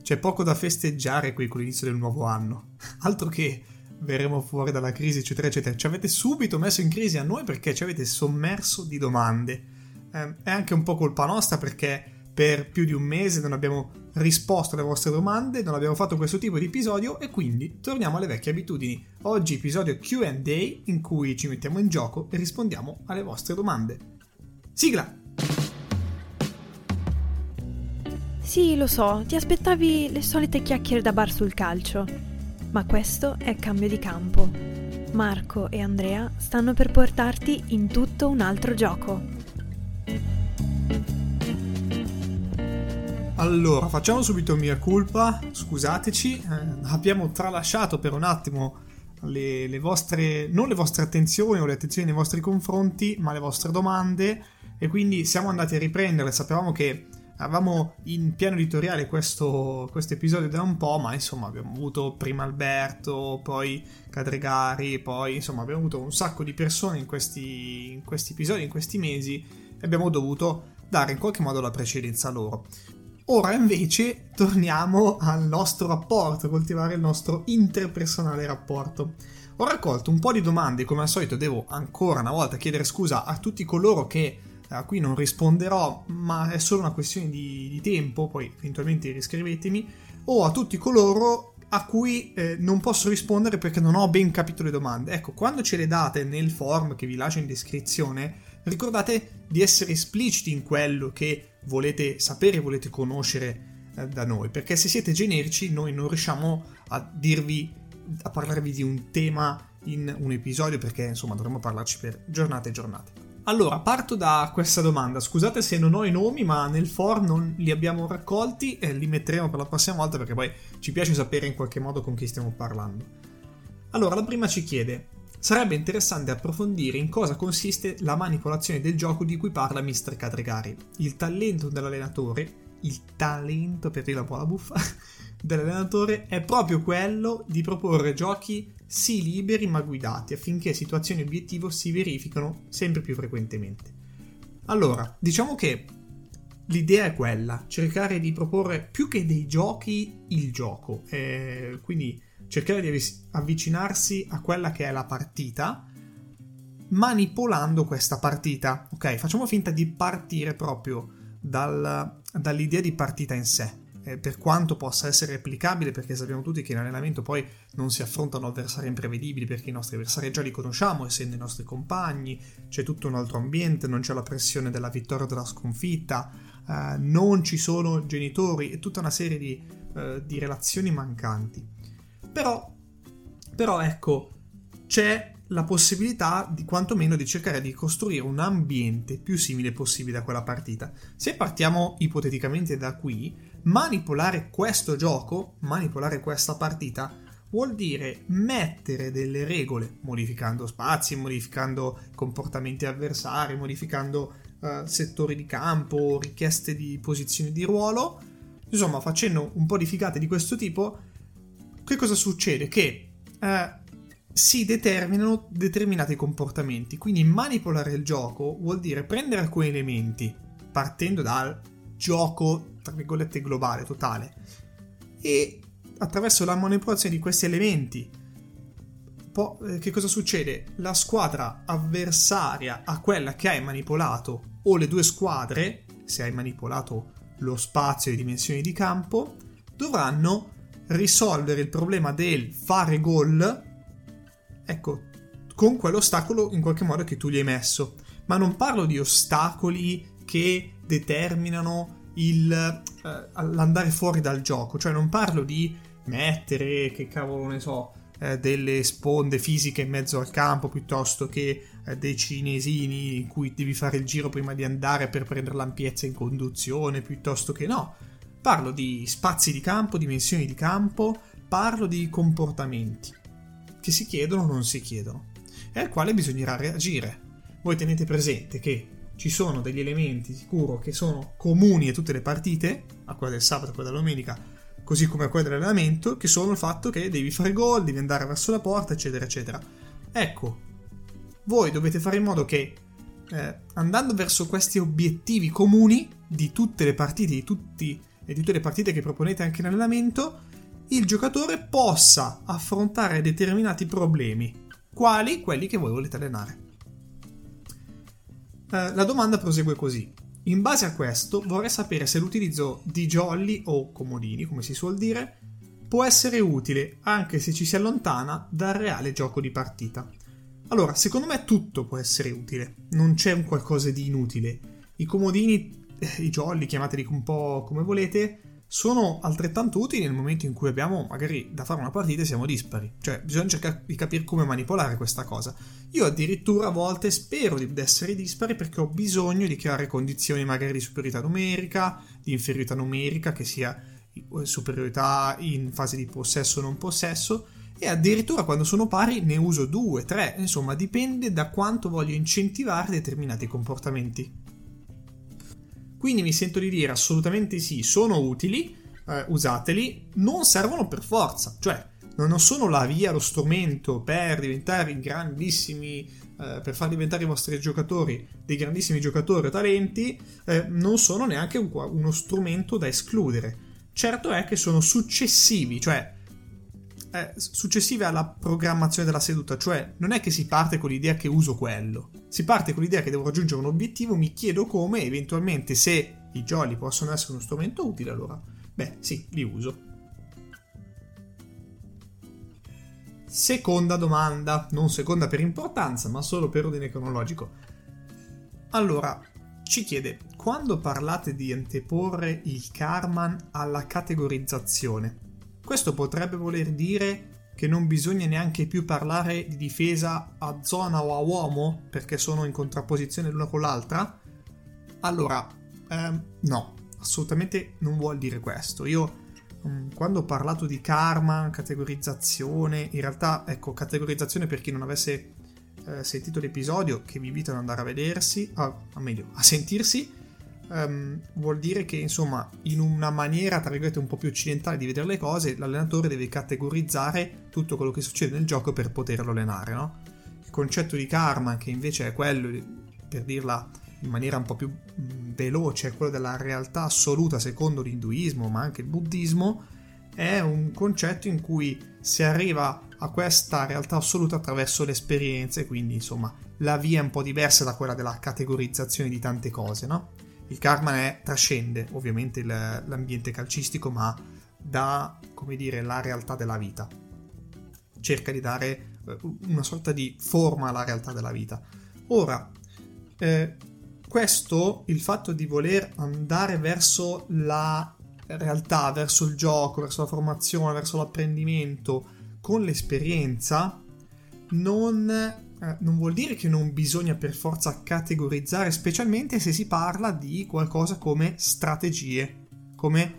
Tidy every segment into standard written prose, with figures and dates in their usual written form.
c'è poco da festeggiare qui con l'inizio del nuovo anno. Altro che verremo fuori dalla crisi, eccetera, eccetera. Ci avete subito messo in crisi a noi perché ci avete sommerso di domande. È anche un po' colpa nostra perché per più di un mese non abbiamo risposto alle vostre domande, non abbiamo fatto questo tipo di episodio e quindi torniamo alle vecchie abitudini. Oggi episodio Q&A in cui ci mettiamo in gioco e rispondiamo alle vostre domande. Sigla! Sì, lo so, ti aspettavi le solite chiacchiere da bar sul calcio, ma questo è cambio di campo. Marco e Andrea stanno per portarti in tutto un altro gioco. Allora, facciamo subito mea culpa, scusateci, abbiamo tralasciato per un attimo le vostre, non le vostre attenzioni o le attenzioni nei vostri confronti, ma le vostre domande e quindi siamo andati a riprenderle, sapevamo che avevamo in piano editoriale questo episodio da un po', ma insomma abbiamo avuto prima Alberto, poi Cadregari, poi insomma abbiamo avuto un sacco di persone in questi episodi, in questi mesi e abbiamo dovuto dare in qualche modo la precedenza a loro. Ora invece torniamo al nostro rapporto, coltivare il nostro interpersonale rapporto. Ho raccolto un po' di domande, come al solito devo ancora una volta chiedere scusa a tutti coloro che a cui non risponderò, ma è solo una questione di tempo, poi eventualmente riscrivetemi, o a tutti coloro a cui non posso rispondere perché non ho ben capito le domande. Ecco, quando ce le date nel form che vi lascio in descrizione, ricordate di essere espliciti in quello che volete sapere, volete conoscere da noi, perché se siete generici noi non riusciamo a parlarvi di un tema in un episodio, perché insomma dovremmo parlarci per giornate e giornate. Allora, parto da questa domanda. Scusate se non ho i nomi, ma nel form non li abbiamo raccolti e li metteremo per la prossima volta perché poi ci piace sapere in qualche modo con chi stiamo parlando. Allora, la prima ci chiede: sarebbe interessante approfondire in cosa consiste la manipolazione del gioco di cui parla Mr. Cadregari. Il talento dell'allenatore, per dire la buona buffa, dell'allenatore è proprio quello di proporre giochi sì liberi ma guidati affinché situazioni obiettivo si verificano sempre più frequentemente. Allora, diciamo che l'idea è quella, cercare di proporre più che dei giochi il gioco, quindi cercare di avvicinarsi a quella che è la partita manipolando questa partita. Ok, facciamo finta di partire proprio dall'idea di partita in sé. Per quanto possa essere replicabile, perché sappiamo tutti che in allenamento poi non si affrontano avversari imprevedibili perché i nostri avversari già li conosciamo essendo i nostri compagni, c'è tutto un altro ambiente, non c'è la pressione della vittoria o della sconfitta, non ci sono genitori e tutta una serie di relazioni mancanti. Però ecco, c'è la possibilità di quantomeno di cercare di costruire un ambiente più simile possibile a quella partita. Se partiamo ipoteticamente da qui, manipolare questo gioco, manipolare questa partita, vuol dire mettere delle regole, modificando spazi, modificando comportamenti avversari, modificando settori di campo, richieste di posizioni di ruolo, insomma facendo un po' di figate di questo tipo. Che cosa succede? Che si determinano determinati comportamenti, quindi manipolare il gioco vuol dire prendere alcuni elementi partendo dal gioco tra virgolette globale, totale, e attraverso la manipolazione di questi elementi che cosa succede? La squadra avversaria a quella che hai manipolato, o le due squadre, se hai manipolato lo spazio e le dimensioni di campo, dovranno risolvere il problema del fare gol, ecco, con quell'ostacolo in qualche modo che tu gli hai messo. Ma non parlo di ostacoli che determinano l'andare fuori dal gioco, cioè non parlo di mettere, che cavolo ne so, delle sponde fisiche in mezzo al campo piuttosto che dei cinesini in cui devi fare il giro prima di andare per prendere l'ampiezza in conduzione, piuttosto che no. Parlo di spazi di campo, dimensioni di campo, parlo di comportamenti che si chiedono o non si chiedono e al quale bisognerà reagire. Voi tenete presente che ci sono degli elementi sicuro che sono comuni a tutte le partite, a quella del sabato, a quella della domenica, così come a quella dell'allenamento, che sono il fatto che devi fare gol, devi andare verso la porta, eccetera, eccetera. Ecco, voi dovete fare in modo che andando verso questi obiettivi comuni di tutte le partite, di tutti e di tutte le partite che proponete anche in allenamento, il giocatore possa affrontare determinati problemi. Quali? Quelli che voi volete allenare. La domanda prosegue così. In base a questo vorrei sapere se l'utilizzo di jolly o comodini, come si suol dire, può essere utile anche se ci si allontana dal reale gioco di partita. Allora, secondo me tutto può essere utile, non c'è un qualcosa di inutile. I comodini, i jolly, chiamateli un po' come volete, sono altrettanto utili nel momento in cui abbiamo magari da fare una partita e siamo dispari. Cioè, bisogna cercare di capire come manipolare questa cosa. Io addirittura a volte spero di essere dispari perché ho bisogno di creare condizioni magari di superiorità numerica, di inferiorità numerica, che sia superiorità in fase di possesso o non possesso, e addirittura quando sono pari ne uso 2, 3, insomma dipende da quanto voglio incentivare determinati comportamenti. Quindi mi sento di dire assolutamente sì, sono utili, usateli, non servono per forza, cioè non sono la via, lo strumento per diventare grandissimi, per far diventare i vostri giocatori dei grandissimi giocatori o talenti, non sono neanche uno strumento da escludere. Certo è che sono successivi, cioè successive alla programmazione della seduta, cioè non è che si parte con l'idea che uso quello, si parte con l'idea che devo raggiungere un obiettivo, mi chiedo come, eventualmente se i jolly possono essere uno strumento utile, allora sì, li uso. Seconda domanda, non seconda per importanza ma solo per ordine cronologico. Allora, ci chiede: quando parlate di anteporre il Karman alla categorizzazione, questo potrebbe voler dire che non bisogna neanche più parlare di difesa a zona o a uomo perché sono in contrapposizione l'una con l'altra? Allora, no, assolutamente non vuol dire questo. Io quando ho parlato di karma, categorizzazione, in realtà, ecco, categorizzazione, per chi non avesse sentito l'episodio, che vi invito ad andare a vedersi, a sentirsi, vuol dire che insomma in una maniera tra virgolette un po' più occidentale di vedere le cose, l'allenatore deve categorizzare tutto quello che succede nel gioco per poterlo allenare, no? Il concetto di karma, che invece è quello, per dirla in maniera un po' più veloce, è quello della realtà assoluta secondo l'induismo ma anche il buddismo, è un concetto in cui si arriva a questa realtà assoluta attraverso le esperienze, quindi insomma la via è un po' diversa da quella della categorizzazione di tante cose, no? Il karma trascende ovviamente l'ambiente calcistico, ma dà, come dire, la realtà della vita. Cerca di dare una sorta di forma alla realtà della vita. Ora, questo, il fatto di voler andare verso la realtà, verso il gioco, verso la formazione, verso l'apprendimento con l'esperienza, non vuol dire che non bisogna per forza categorizzare, specialmente se si parla di qualcosa come strategie, come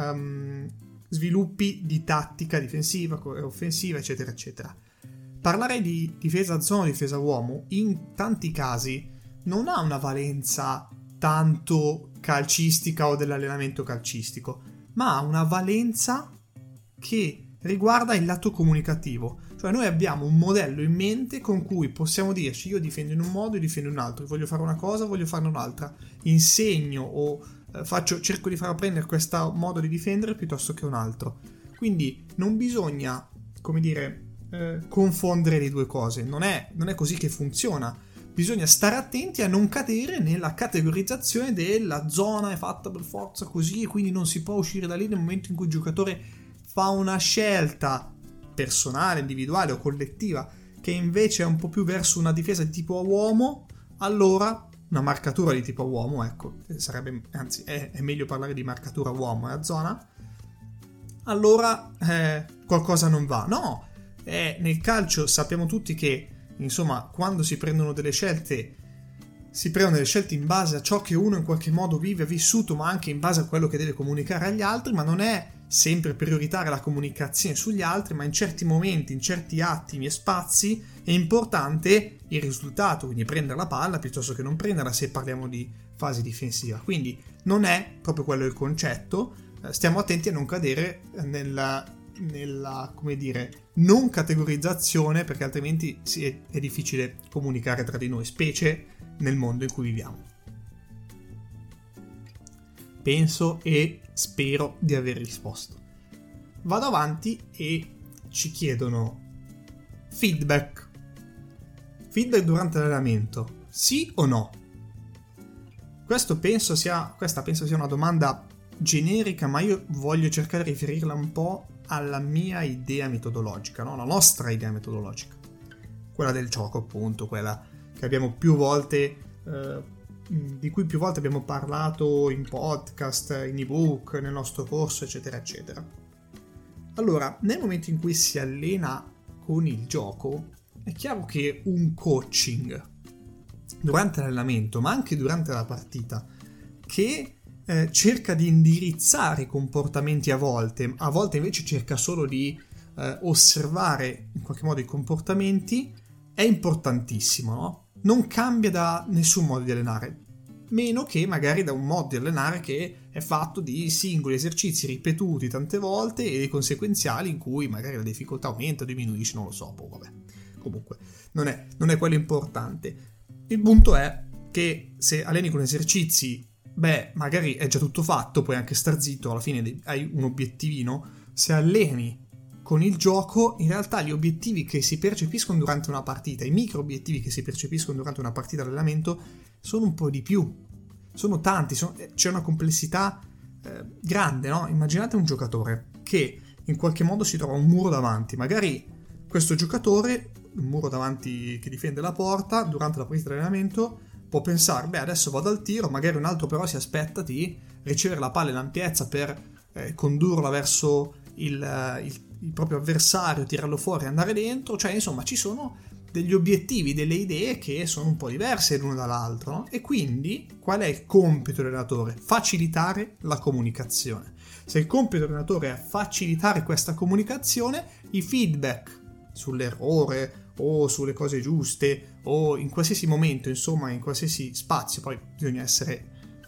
sviluppi di tattica difensiva, offensiva, eccetera, eccetera. Parlare di difesa a zona, difesa uomo, in tanti casi non ha una valenza tanto calcistica o dell'allenamento calcistico, ma ha una valenza che riguarda il lato comunicativo. Cioè noi abbiamo un modello in mente con cui possiamo dirci: io difendo in un modo, io difendo in un altro, voglio fare una cosa, voglio farne un'altra, insegno o cerco di far apprendere questo modo di difendere piuttosto che un altro. Quindi non bisogna, come dire, confondere le due cose, non è così che funziona. Bisogna stare attenti a non cadere nella categorizzazione della zona è fatta per forza così e quindi non si può uscire da lì nel momento in cui il giocatore fa una scelta personale, individuale o collettiva che invece è un po' più verso una difesa di tipo a uomo, allora una marcatura di tipo a uomo, ecco, sarebbe, anzi è meglio parlare di marcatura uomo a zona, allora qualcosa non va. No, nel calcio sappiamo tutti che insomma quando si prendono delle scelte in base a ciò che uno in qualche modo vive, ha vissuto, ma anche in base a quello che deve comunicare agli altri, ma non è sempre prioritaria la comunicazione sugli altri, ma in certi momenti, in certi attimi e spazi è importante il risultato, quindi prendere la palla piuttosto che non prenderla se parliamo di fase difensiva. Quindi non è proprio quello il concetto, stiamo attenti a non cadere nella come dire, non categorizzazione, perché altrimenti è difficile comunicare tra di noi, specie nel mondo in cui viviamo. penso e spero di aver risposto. Vado avanti e ci chiedono feedback durante l'allenamento, sì o no? Questa penso sia una domanda generica, ma io voglio cercare di riferirla un po' alla mia idea metodologica, no? La nostra idea metodologica, quella del gioco, appunto, quella che abbiamo più volte di cui più volte abbiamo parlato in podcast, in ebook, nel nostro corso, eccetera eccetera. Allora, nel momento in cui si allena con il gioco, è chiaro che un coaching durante l'allenamento, ma anche durante la partita, che cerca di indirizzare i comportamenti a volte invece cerca solo di osservare in qualche modo i comportamenti, è importantissimo, no? Non cambia da nessun modo di allenare, meno che magari da un modo di allenare che è fatto di singoli esercizi ripetuti tante volte e conseguenziali in cui magari la difficoltà aumenta o diminuisce, non lo so, vabbè. Comunque non è quello importante. Il punto è che se alleni con esercizi, magari è già tutto fatto, puoi anche star zitto, alla fine hai un obiettivino. Se alleni con il gioco, in realtà gli obiettivi che si percepiscono durante una partita, i micro obiettivi che si percepiscono durante una partita di allenamento sono un po' di più, sono tanti, c'è una complessità grande, no? Immaginate un giocatore che in qualche modo si trova un muro davanti, magari questo giocatore, un muro davanti che difende la porta, durante la partita di allenamento può pensare, adesso vado al tiro, magari un altro però si aspetta di ricevere la palla in ampiezza per condurla verso il proprio avversario, tirarlo fuori e andare dentro, cioè insomma ci sono degli obiettivi, delle idee che sono un po' diverse l'uno dall'altro, no? E quindi qual è il compito dell'allenatore? Facilitare la comunicazione. Se il compito dell'allenatore è facilitare questa comunicazione, i feedback sull'errore o sulle cose giuste o in qualsiasi momento, insomma in qualsiasi spazio, poi bisogna essere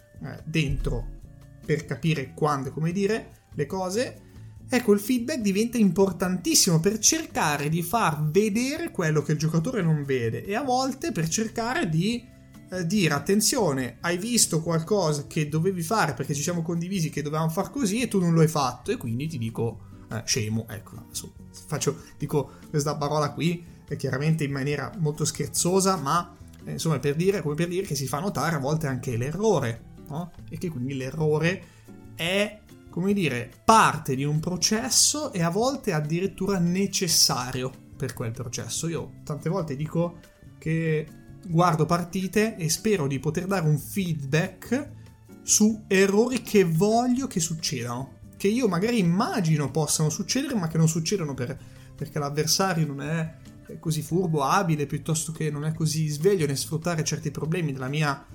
dentro per capire quando e come dire le cose. Ecco, il feedback diventa importantissimo per cercare di far vedere quello che il giocatore non vede e a volte per cercare di dire attenzione, hai visto qualcosa che dovevi fare perché ci siamo condivisi che dovevamo far così e tu non lo hai fatto e quindi ti dico scemo, ecco, adesso dico questa parola qui chiaramente in maniera molto scherzosa, ma insomma come per dire che si fa notare a volte anche l'errore, no? E che quindi l'errore è, come dire, parte di un processo e a volte addirittura necessario per quel processo. Io tante volte dico che guardo partite e spero di poter dare un feedback su errori che voglio che succedano, che io magari immagino possano succedere ma che non succedono perché l'avversario non è così furbo, abile, piuttosto che non è così sveglio nel sfruttare certi problemi della mia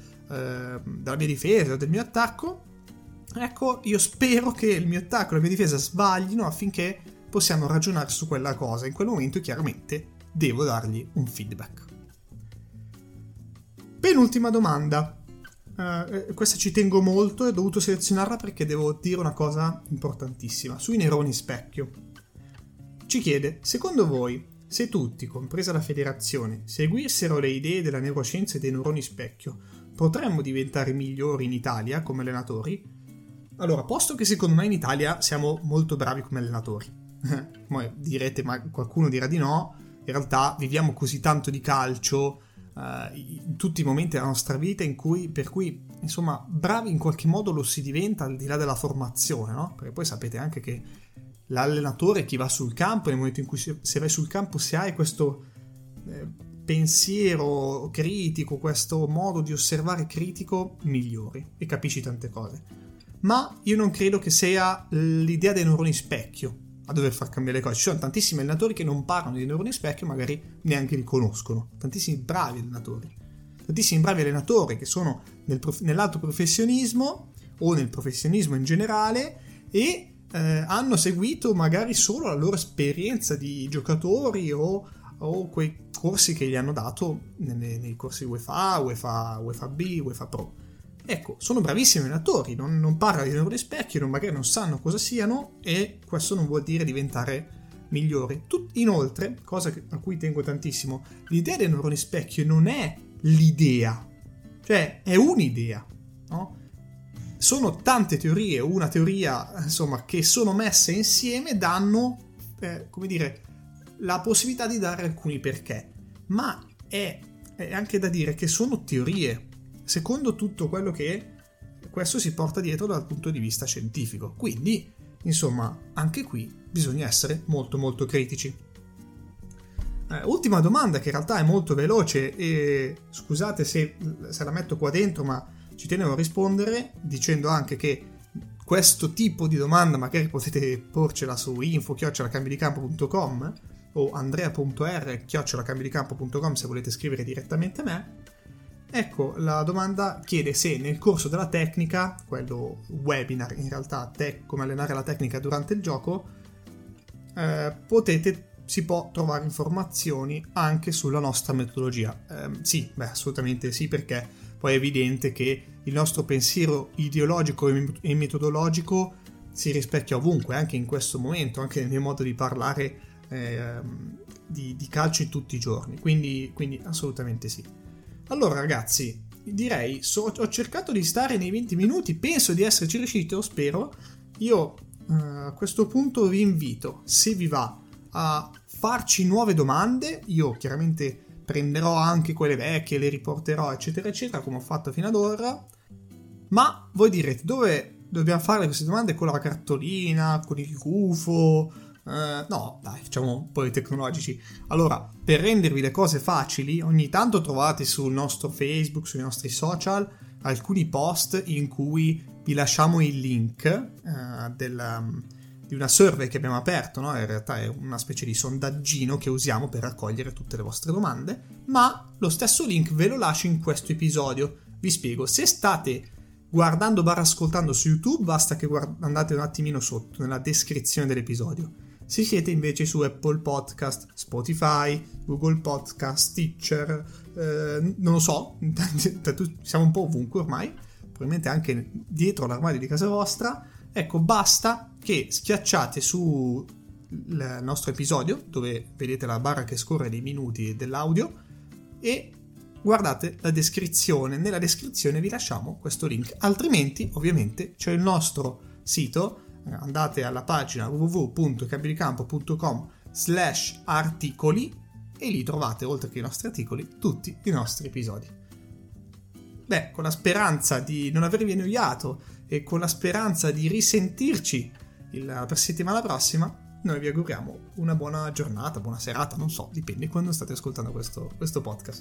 difesa, del mio attacco. Ecco, io spero che il mio attacco e la mia difesa sbaglino affinché possiamo ragionare su quella cosa. In quel momento chiaramente devo dargli un feedback. Penultima domanda. Questa ci tengo molto e ho dovuto selezionarla perché devo dire una cosa importantissima sui neuroni specchio. Ci chiede, secondo voi, se tutti, compresa la federazione, seguissero le idee della neuroscienza e dei neuroni specchio, potremmo diventare migliori in Italia come allenatori? Allora, posto che secondo me in Italia siamo molto bravi come allenatori, direte, ma qualcuno dirà di no, in realtà viviamo così tanto di calcio in tutti i momenti della nostra vita per cui, insomma, bravi in qualche modo lo si diventa al di là della formazione, no? Perché poi sapete anche che l'allenatore, chi va sul campo, nel momento in cui se vai sul campo, se hai questo pensiero critico, questo modo di osservare critico, migliori e capisci tante cose. Ma io non credo che sia l'idea dei neuroni specchio a dover far cambiare le cose. Ci sono tantissimi allenatori che non parlano di neuroni specchio, magari neanche li conoscono. Tantissimi bravi allenatori che sono nell'alto professionismo o nel professionismo in generale e hanno seguito magari solo la loro esperienza di giocatori o quei corsi che gli hanno dato nei corsi UEFA B, UEFA Pro. Ecco, sono bravissimi allenatori, non parlano di neuroni specchio, magari non sanno cosa siano e questo non vuol dire diventare migliori. Inoltre, cosa a cui tengo tantissimo, l'idea dei neuroni specchio non è l'idea, cioè è un'idea, no? sono tante teorie, una teoria insomma che sono messe insieme danno la possibilità di dare alcuni perché, ma è anche da dire che sono teorie secondo tutto quello che questo si porta dietro dal punto di vista scientifico, quindi insomma anche qui bisogna essere molto molto critici. Ultima domanda che in realtà è molto veloce e scusate se la metto qua dentro, ma ci tenevo a rispondere dicendo anche che questo tipo di domanda magari potete porcela su info@cambiodicampo.com o andrea.r@cambiodicampo.com se volete scrivere direttamente a me. Ecco, la domanda chiede se nel corso della tecnica, quello webinar in realtà, come allenare la tecnica durante il gioco, si può trovare informazioni anche sulla nostra metodologia. Sì, assolutamente sì, perché poi è evidente che il nostro pensiero ideologico e metodologico si rispecchia ovunque, anche in questo momento, anche nel mio modo di parlare di calcio in tutti i giorni, quindi assolutamente sì. Allora ragazzi, direi, ho cercato di stare nei 20 minuti, penso di esserci riuscito, spero. Io a questo punto vi invito, se vi va, a farci nuove domande. Io chiaramente prenderò anche quelle vecchie, le riporterò eccetera eccetera come ho fatto fino ad ora, ma voi direte dove dobbiamo fare queste domande? Con la cartolina, con il gufo? No, dai, facciamo un po' di tecnologici. Allora, per rendervi le cose facili, ogni tanto trovate sul nostro Facebook, sui nostri social, alcuni post in cui vi lasciamo il link di una survey che abbiamo aperto, no? In realtà è una specie di sondaggino che usiamo per raccogliere tutte le vostre domande, ma lo stesso link ve lo lascio in questo episodio. Vi spiego, se state guardando / ascoltando su YouTube, basta che andate un attimino sotto, nella descrizione dell'episodio. Se siete invece su Apple Podcast, Spotify, Google Podcast, Stitcher, non lo so, siamo un po' ovunque ormai, probabilmente anche dietro l'armadio di casa vostra. Ecco, basta che schiacciate sul nostro episodio, dove vedete la barra che scorre dei minuti dell'audio, e guardate la descrizione. Nella descrizione vi lasciamo questo link. Altrimenti, ovviamente, c'è il nostro sito. Andate alla pagina www.cambiodicampo.com/articoli e lì trovate, oltre che i nostri articoli, tutti i nostri episodi. Con la speranza di non avervi annoiato e con la speranza di risentirci la settimana prossima, noi vi auguriamo una buona giornata, buona serata, non so, dipende quando state ascoltando questo podcast.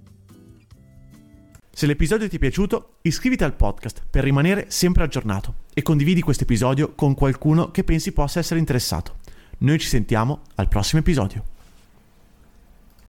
Se l'episodio ti è piaciuto, iscriviti al podcast per rimanere sempre aggiornato e condividi questo episodio con qualcuno che pensi possa essere interessato. Noi ci sentiamo al prossimo episodio.